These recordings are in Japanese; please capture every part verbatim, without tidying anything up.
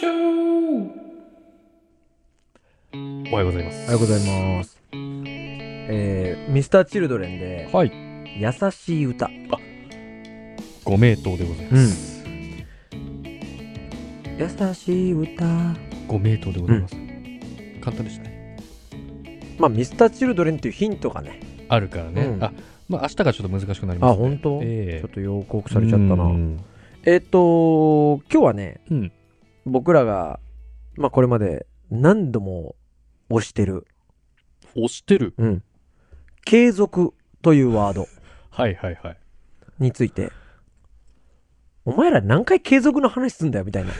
ショー。おはようございます。 おはようございます。えー、ミスターチルドレンで、 はい。 優しい歌。 ご名答でございます。 優しい歌。 ご名答でございます。簡単でしたね。 まあ、ミスターチルドレンっていうヒントがね。 あるからね。 うん、 あ、まあ明日がちょっと難しくなりますあ、本当？ えー、 ちょっと予告されちゃったな。 うん。 えっと、今日はね、 うん。 僕らが、まあこれまで何度も推してる、 押してる。 うん、継続というワードはいはいはい。 について、お前ら何回継続の話すんだよみたいな。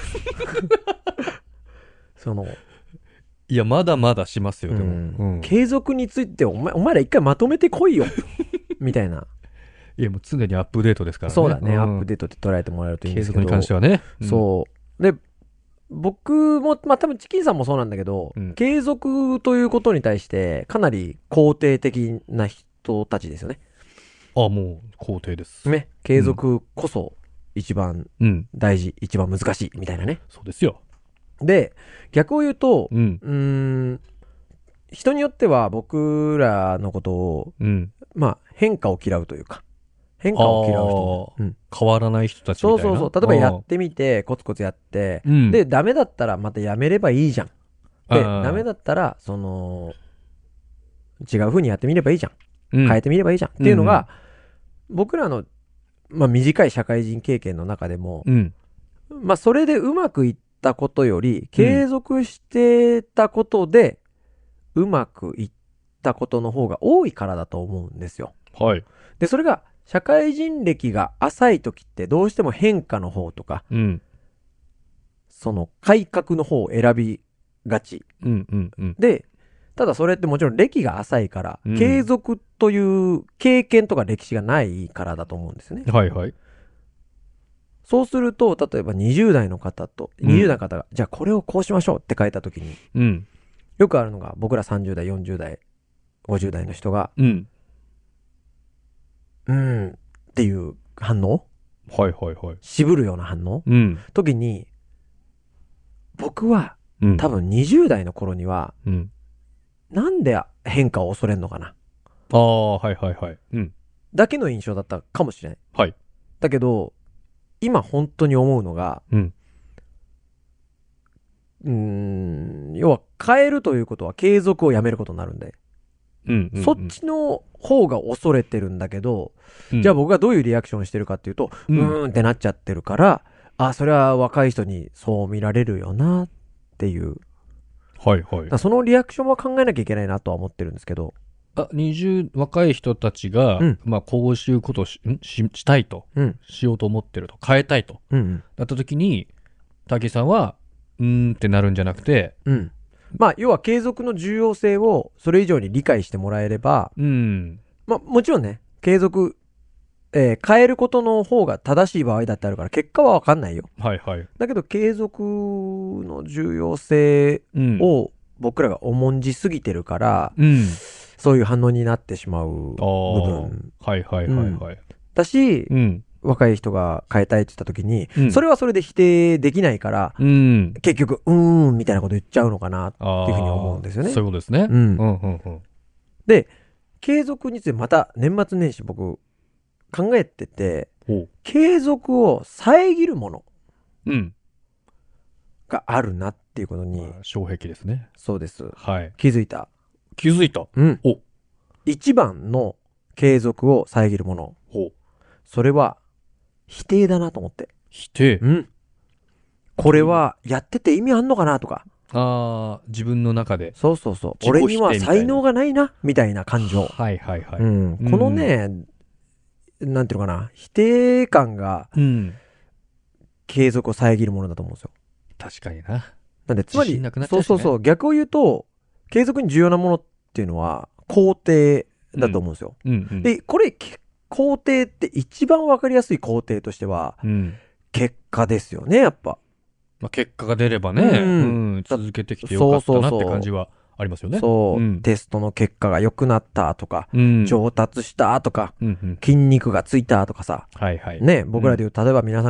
その、 いや、まだまだしますよ、でも。 うんうん、 継続についてお前、お前ら一回まとめてこいよみたいな。 いや、もう常にアップデートですからね。 そうだね、 んアップデートって捉えてもらえるといいん継ですけど。 続に関してはね。 うん、そうで僕もまあ多分チキンさんもそうなんだけど、うん、継続ということに対してかなり肯定的な人たちですよね。 あ、もう肯定ですね。継続こそ一番大事、うん、一番難しいみたいなね。 そうですよ。 で、逆を言うと、 うん、 うーん人によっては僕らのことを、うん、まあ変化を嫌うというか、変化を嫌う人、 うん、変わらない人たちみたいな。 そうそうそう。例えばやってみて、コツコツやって、うん、で、ダメだったらまたやめればいいじゃん。で、ダメだったら、その、違う風にやってみればいいじゃん。うん、変えてみればいいじゃん。っていうのが、うん、僕らの、まあ短い社会人経験の中でも、うん、まあそれでうまくいったことより、継続してたことで、うまくいったことの方が多いからだと思うんですよ。 はい。 で、それが、社会人歴が浅い時ってどうしても変化の方とか、うん、その改革の方を選びがち、うんうんうん、で、ただそれってもちろん歴が浅いから、うん、継続という経験とか歴史がないからだと思うんですよね。 はいはい。 そうすると、例えばにじゅう代の方と、にじゅう代の方が、うん、じゃあこれをこうしましょうって書いた時に、うん、よくあるのが僕らさんじゅう代、よんじゅう代、ごじゅう代の人が、うんうんっていう反応、 はいはいはい。 渋るような反応、うん、時に、僕は、うん、多分にじゅう代の頃には、うん、なんで変化を恐れんのかな。 ああ、はいはいはい。うん。 だけの印象だったかもしれない。 はい。 だけど、今本当に思うのが、うん。うーん、要は変えるということは継続をやめることになるんで。うんうんうん、そっちの方が恐れてるんだけど、うん、じゃあ僕がどういうリアクションしてるかっていうと、うん、うーんってなっちゃってるから、あ、それは若い人にそう見られるよなっていう。 はいはい。 そのリアクションは考えなきゃいけないなとは思ってるんですけど。 あ、にじゅう、若い人たちが、うん、まあこういうことを し, し, したいと、うん、しようと思ってると、変えたいと、うんうん、なった時に、滝さんは、うーんってなるんじゃなくて、 うん。まあ、要は継続の重要性をそれ以上に理解してもらえれば、うん。まあ、もちろんね、継続、えー、変えることの方が正しい場合だってあるから、結果はわかんないよ。 はいはい。 だけど、継続の重要性を僕らが重んじすぎてるから、うん、そういう反応になってしまう部分。 はいはいはいはい。 うん、だし、うん、若い人が変えたいって言った時に、うん、それはそれで否定できないから、うん、結局、うーんみたいなこと言っちゃうのかなっていうふうに思うんですよね。 そういうことですね。うんうんうんうん、 で、継続についてまた年末年始僕考えてて、継続を遮るものがあるなっていうことに、うん、 障壁ですね。 そうです。 はい。 気づいた。 気づいた。 うん。お。一番の継続を遮るもの。ほう。それは否定だなと思って。 否定？ うん。これはやってて意味あんのかなとか。 ああ、自分の中で。 そうそうそう。俺には才能がないな、みたいな感情。 はいはいはい。 うん。このね、うん、なんていうのかな、否定感が、継続を遮るものだと思うんですよ。 確かにな。 なんで、つまり、ね、そうそうそう、逆を言うと、継続に重要なものっていうのは、肯定だと思うんですよ。うんうんうん、で、これ、肯定って一番わかりやすい肯定としては、うん、結果ですよね、やっぱ。 まあ、結果が出ればね、うんうん、続けてきてよかったなって感じはありますよね。 そう、うん、テストの結果が良くなったとか、うん、上達したとか、うんうん、筋肉がついたとかさ、はいはい、ね、僕らでいう、例えば皆さんが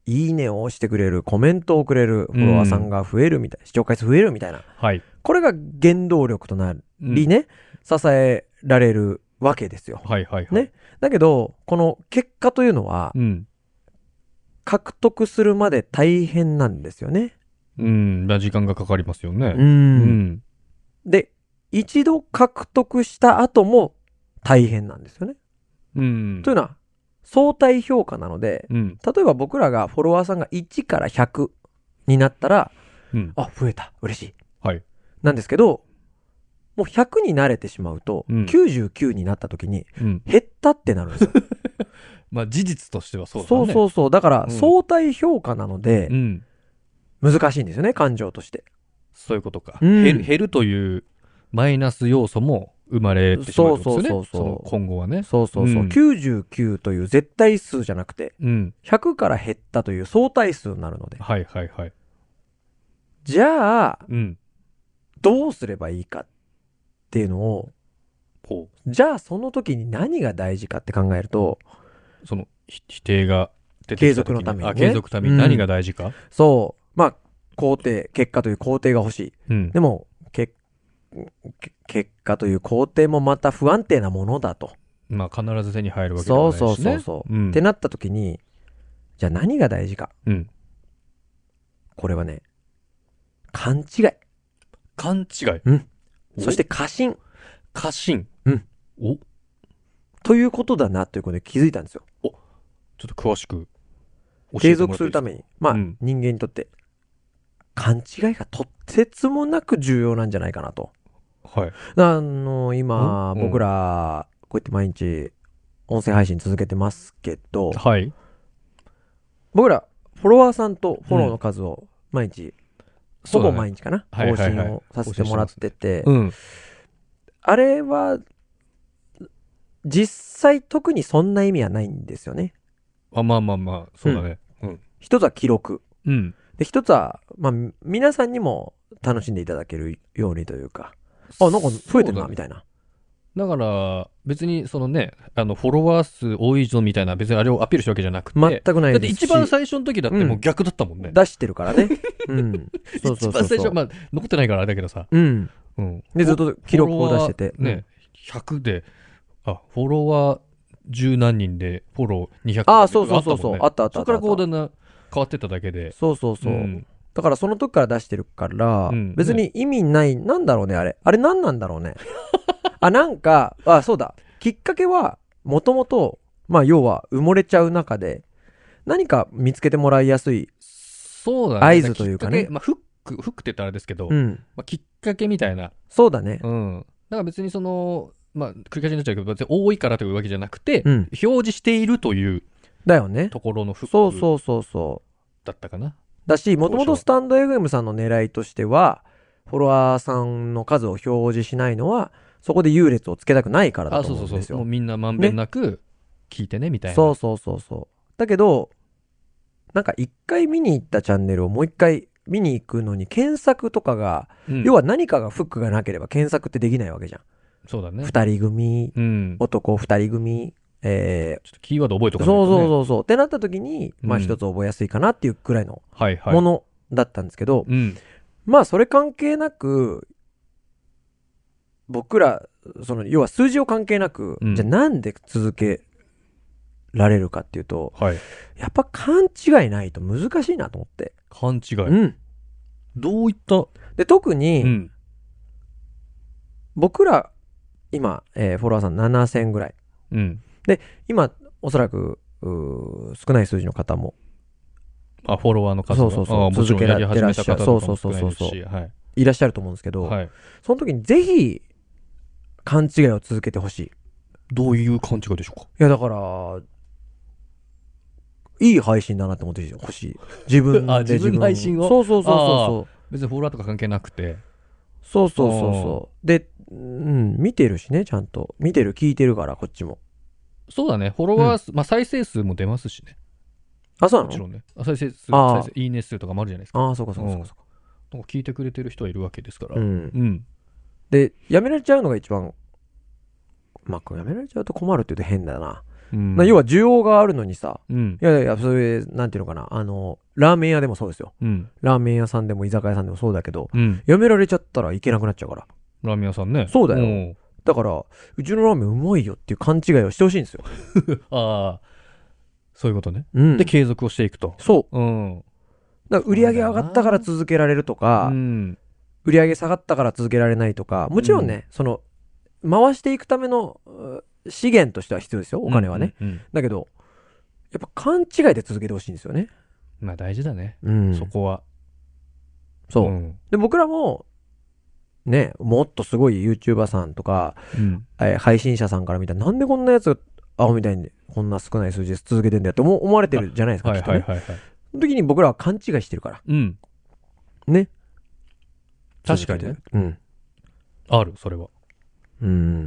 いいねを押してくれる、コメントをくれる、フォロワーさんが増えるみたいな、視聴回数増えるみたいな。 はい。 これが原動力となりね、うん、支えられるわけですよ。 はいはいはい。 ね。だけど、この結果というのは、うん、獲得するまで大変なんですよね。 うん、時間がかかりますよね。 うん。うん、で、一度獲得した後も大変なんですよね。うん。というのは、相対評価なので、うん、例えば僕らがフォロワーさんがいちからひゃくになったら、うん、あ、増えた、嬉しい。はい。なんですけど、もうひゃくに慣れてしまうと、うん、きゅうじゅうきゅうになった時に、減ったってなるんですよ。 まあ事実としてはそうだね。 そうそうそう。だから相対評価なので、うん、難しいんですよね、感情として。 そういうことか。うん、減る、減るというマイナス要素も生まれてしまうんですよね。そうそうそうそう。今後はね。 そうそうそう、うん。きゅうじゅうきゅうという絶対数じゃなくて、うん、ひゃくから減ったという相対数になるので。 はいはいはい。 じゃあ、うん、どうすればいいかっていうのを、じゃあその時に何が大事かって考えると、 その否定が出てきた時に継続のために、ね、 あ継続のために何が大事か、うん、 そう。まあ、肯定、結果という肯定が欲しい。うん、でも、け結果という肯定もまた不安定なものだと。 まあ必ず手に入るわけではないしね。 そうそうそうそう、うん、ってなった時に、じゃあ何が大事か。うん、これはね、勘違い。 勘違い。 うん。そして過信。 過信。 うん。おということだなということで気づいたんですよ。 おちょっと詳しく教えてもらっていいですか。 継続するために、まあ、うん、人間にとって勘違いがとてつもなく重要なんじゃないかなと。 はい。 あの今、うん、僕らこうやって毎日音声配信続けてますけど、 はい。 僕らフォロワーさんとフォローの数を毎日、うん、ほぼ毎日かな、更新をさせてもらってて、うん、あれは実際特にそんな意味はないんですよね。 あ、まあまあまあ、そうだね。うん。うん、 一つは記録。うん。で、一つは、まあ、皆さんにも楽しんでいただけるようにというか、あ、なんか増えてるな、みたいな。 だから、別にそのね、あの、フォロワー数多いぞみたいな、別にあれをアピールしたわけじゃなくて。 全くないですし。だって一番最初の時だってもう逆だったもんね。 うん、出してるからね。うん。 そうそうそうそう。一番最初、まあ、残ってないからあれだけどさ。 うん。うん。で、ずっと記録を出してて。 ね、ひゃくで、あ、フォロワー十何人で、フォローにひゃく。 ああ、そうそうそうそう。あったあったあった。 そこからこうだんだん変わってっただけで。 そうそうそう。うん、だからその時から出してるから、うん、別に意味ない、なんだろうね、あれ。あれ何なんだろうね。あ、なんか、あ、そうだ。きっかけは、もともと、まあ要は埋もれちゃう中で、何か見つけてもらいやすいそうだね。 合図というかね。 まあフック、フックって言ったらあれですけど、うん、まあ、きっかけみたいな。 そうだね。 うん。だから別にその、まあ繰り返しになっちゃうけど、別に多いからというわけじゃなくて、うん、表示しているという。 だよね。 ところのフック。 そうそうそうそう。 だったかな。 だし、もともとスタンド エフエム さんの狙いとしては、フォロワーさんの数を表示しないのは、そこで優劣をつけたくないからだと思うんですよ。あ、そうそうそう。 もうみんなまんべんなく聞いてね、みたいな。 そうそうそうそう。だけど、なんか一回見に行ったチャンネルをもう一回見に行くのに検索とかが、うん、要は何かがフックがなければ検索ってできないわけじゃん。 そうだね。 二人組、うん、男二人組、えー、ちょっとキーワード覚えとかないとね。 そうそうそうそう。ってなった時に、まあ一つ覚えやすいかなっていうくらいのものだったんですけど、 うん、 まあそれ関係なく、僕ら、その、要は数字を関係なく、うん、じゃあなんで続けられるかっていうと、 はい、 やっぱ勘違いないと難しいなと思って。 勘違い、 うん、 どういったで、特に、うん、僕ら、今、えー、フォロワーさんななせんぐらい。 うん、 で、今、おそらく、少ない数字の方も。 あ、フォロワーの数が。 そうそうそう。続けられてらっしゃる。そうそうそうそうそう。はい、いらっしゃると思うんですけど、はい、その時にぜひ、勘違いを続けてほしい。 どういう勘違いでしょうか。 いや、だから、いい配信だなって思ってほしい。自分であ、自分の配信を。 そうそうそうそう。 別にフォロワーとか関係なくて。 そうそうそうそう。で、うん、見てるしね、ちゃんと。見てる、聞いてるから、こっちも。 そうだね。フォロワー数、うん、まあ再生数も出ますしね。 あ、そうなの？ もちろんね。再生数、再生、いいね数とかもあるじゃないですか。 ああ、そうかそうかそうかそうか。 なんか聞いてくれてる人はいるわけですから。 うん。うん。で、やめられちゃうのが一番、まあ、やめられちゃうと困るって言うと変だな。 うん、要は需要があるのにさ、うん、いやいや、それ、なんていうのかな、あの、ラーメン屋でもそうですよ。うん、ラーメン屋さんでも居酒屋さんでもそうだけど、うん、やめられちゃったらいけなくなっちゃうから。 ラーメン屋さんね。 そうだよ。だから、うちのラーメンうまいよっていう勘違いをしてほしいんですよ。 ああ、そういうことね、うん。で、継続をしていくと。 そう。うん。だから売り上げ上がったから続けられるとか、うん、売り上げ下がったから続けられないとか、もちろんね、うん、その、回していくための資源としては必要ですよ、お金はね。うんうんうん、だけど、やっぱ勘違いで続けてほしいんですよね。 まあ大事だね。うん、そこは。 そう。うん、で、僕らも、ね、もっとすごい YouTuber さんとか、うん、え配信者さんから見たら、なんでこんなやつ、アホみたいにこんな少ない数字で続けてんだよって思われてるじゃないですか、きっとね。はいはいはいはい。その時に僕らは勘違いしてるから。うん。ね。 確かにね。うん。ある、それは。 うん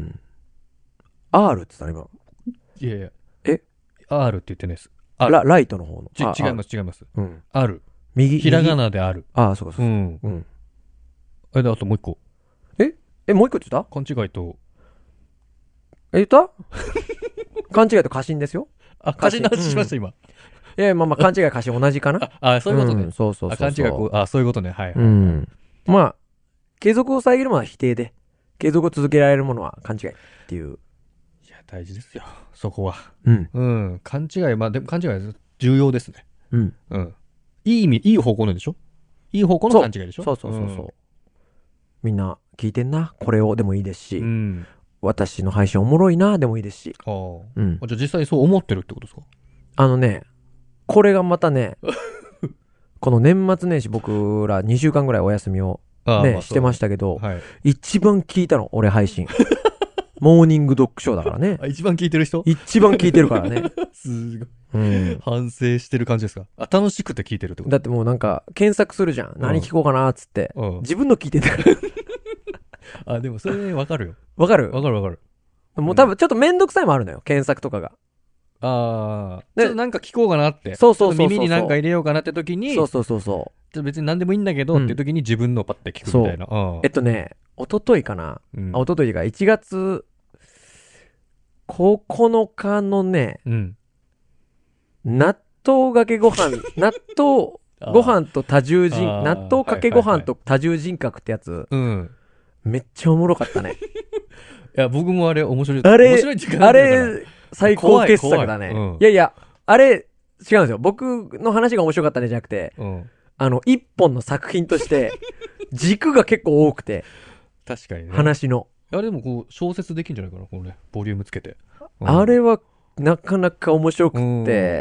。R って言ったら今。 いやいや。 え ?R って言ってないです。 ラ, ライトの方の。 ち違います、違います。うん。ある。 右。 ひらがなである。 ああ、そうかそうか。うん。うん。 え、で、あともう一個。 ええ、もう一個って言った勘違いと。 え、言った勘違いと過信ですよ。 あ、過信の話しました、今。 いや、まあまあ、勘違い過信同じかな。 あ、あ、そういうことね。 うん、そうそうそう。 勘違いこう、あ、そういうことね。はい、はい。うん。まあ、継続を遮るものは否定で、継続を続けられるものは勘違いっていう。 いや、大事ですよ。そこは。うん。うん。勘違い、まあ、でも勘違いは重要ですね。うん。うん。いい意味、いい方向なんでしょ？いい方向の勘違いでしょ？ そうそうそうそう、うん。みんな聞いてんな、これをでもいいですし、うん、私の配信おもろいなでもいいですし。 ああ。うん。じゃあ実際そう思ってるってことですか？ あのね、これがまたね、この年末年始僕らにしゅうかんぐらいお休みをね、まあ、してましたけど、はい、一番聞いたの、俺配信。モーニングドッグショーだからね。 一番聞いてる人？ 一番聞いてるからね。 すごい。うん、反省してる感じですか？あ、楽しくて聞いてるってこと？ だってもうなんか、検索するじゃん。うん、何聞こうかなーっつって。うん、自分の聞いてたから。 あ、でもそれね、わかるよ。 わかるわかるわかる。 もう多分ちょっとめんどくさいもあるのよ。検索とかが。 ああ。ちょっとなんか聞こうかなって。 そうそうそうそう。 耳になんか入れようかなって時に。 そうそうそうそう。ちょっと別に何でもいいんだけど、うん、っていう時に自分のパッて聞くみたいな。 そう。えっとね、一昨日かな。うん、あ、一昨日がいちがつここのかのね、うん、納豆がけご飯、納豆ご飯と多重人、納豆かけご飯と多重人格ってやつ、うん、めっちゃおもろかったね。 いや、僕もあれ面白い。 あれ、 面白い時間あれ、最高傑作だね。うん、いやいや、あれ、違うんですよ。僕の話が面白かったねじゃなくて、うん、あの、一本の作品として、軸が結構多くて。 確かにね。 話の。 あれでもこう、小説できるんじゃないかな、このね、ボリュームつけて。 うん、あれは、なかなか面白くって、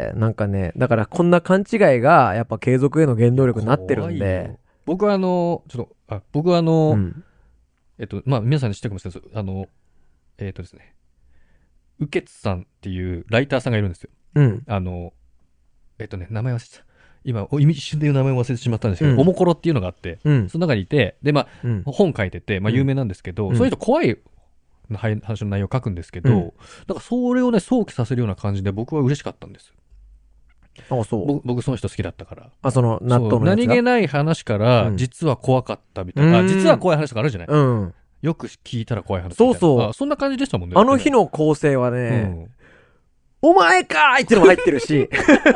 うん、なんかね、だからこんな勘違いが、やっぱ継続への原動力になってるんで。 僕はあの、ちょっと、あ、僕はあの、うん、えっと、まあ、皆さんに知ってるかもしれないです。あの、えっとですね、うけつさんっていうライターさんがいるんですよ。うん。あの、えっとね、名前忘れちゃった。今、一瞬で言う名前を忘れてしまったんですけど、うん、おもころっていうのがあって、うん、その中にいて、で、まあ、うん、本書いてて、まあ、有名なんですけど、うん、そういう人怖い話の内容を書くんですけど、うん、だからそれをね、想起させるような感じで僕は嬉しかったんです。 あ、そう。 僕、その人好きだったから。 あ、その、納豆のやつ何気ない話から、実は怖かったみたいな。うん、実は怖い話とかあるじゃない、うん、よく聞いたら怖い話みたいな。 そうそう。 あ、そんな感じでしたもんね。 あの日の構成はね、うん、お前かーいってのも入ってるし。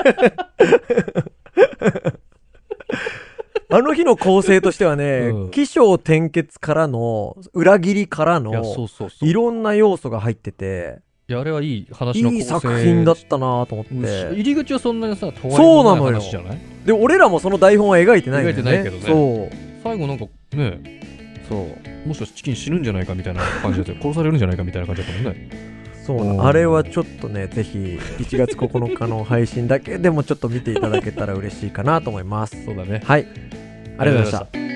あの日の構成としてはね、うん、起承転結からの、裏切りからの、いや、そうそうそう、いろんな要素が入ってて、 いや、あれはいい話の構成。 いい作品だったなと思って。 入り口はそんなにさ、 そうなのよ。で、俺らもその台本は描いてないんだよね。 描いてないけどね。そう。最後なんかね、そう。もしかしてチキン死ぬんじゃないかみたいな感じで、殺されるんじゃないかみたいな感じだったもんね。 そう、あれはちょっとね、ぜひいちがつここのかの配信だけでもちょっと見ていただけたら嬉しいかなと思います。 そうだね。 はい。ありがとうございました。